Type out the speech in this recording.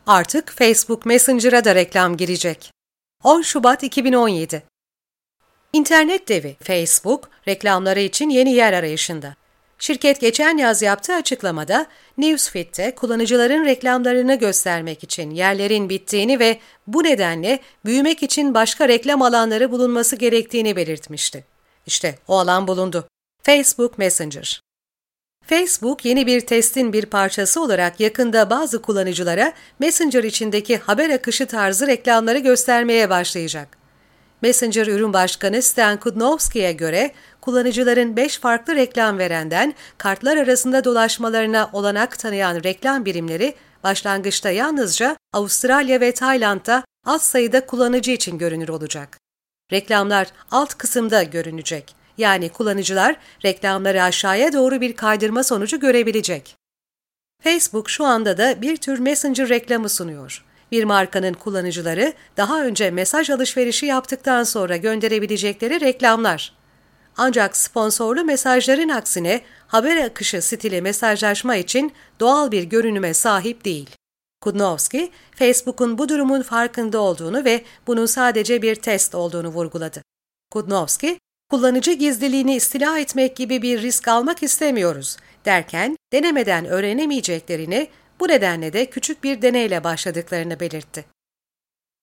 Artık Facebook Messenger'a da reklam girecek. 10 Şubat 2017. İnternet devi Facebook, reklamları için yeni yer arayışında. Şirket geçen yaz yaptığı açıklamada, Newsfeed'te kullanıcıların reklamlarını göstermek için yerlerin bittiğini ve bu nedenle büyümek için başka reklam alanları bulunması gerektiğini belirtmişti. İşte o alan bulundu. Facebook Messenger. Facebook, yeni bir testin bir parçası olarak yakında bazı kullanıcılara Messenger içindeki haber akışı tarzı reklamları göstermeye başlayacak. Messenger Ürün Başkanı Stan Kudnovski'ye göre, kullanıcıların 5 farklı reklam verenden kartlar arasında dolaşmalarına olanak tanıyan reklam birimleri, başlangıçta yalnızca Avustralya ve Tayland'da az sayıda kullanıcı için görünür olacak. Reklamlar alt kısımda görünecek. Yani kullanıcılar reklamları aşağıya doğru bir kaydırma sonucu görebilecek. Facebook şu anda da bir tür Messenger reklamı sunuyor. Bir markanın kullanıcıları daha önce mesaj alışverişi yaptıktan sonra gönderebilecekleri reklamlar. Ancak sponsorlu mesajların aksine haber akışı stili mesajlaşma için doğal bir görünüme sahip değil. Kudnovski, Facebook'un bu durumun farkında olduğunu ve bunun sadece bir test olduğunu vurguladı. Kudnovski, kullanıcı gizliliğini istila etmek gibi bir risk almak istemiyoruz derken denemeden öğrenemeyeceklerini, bu nedenle de küçük bir deneyle başladıklarını belirtti.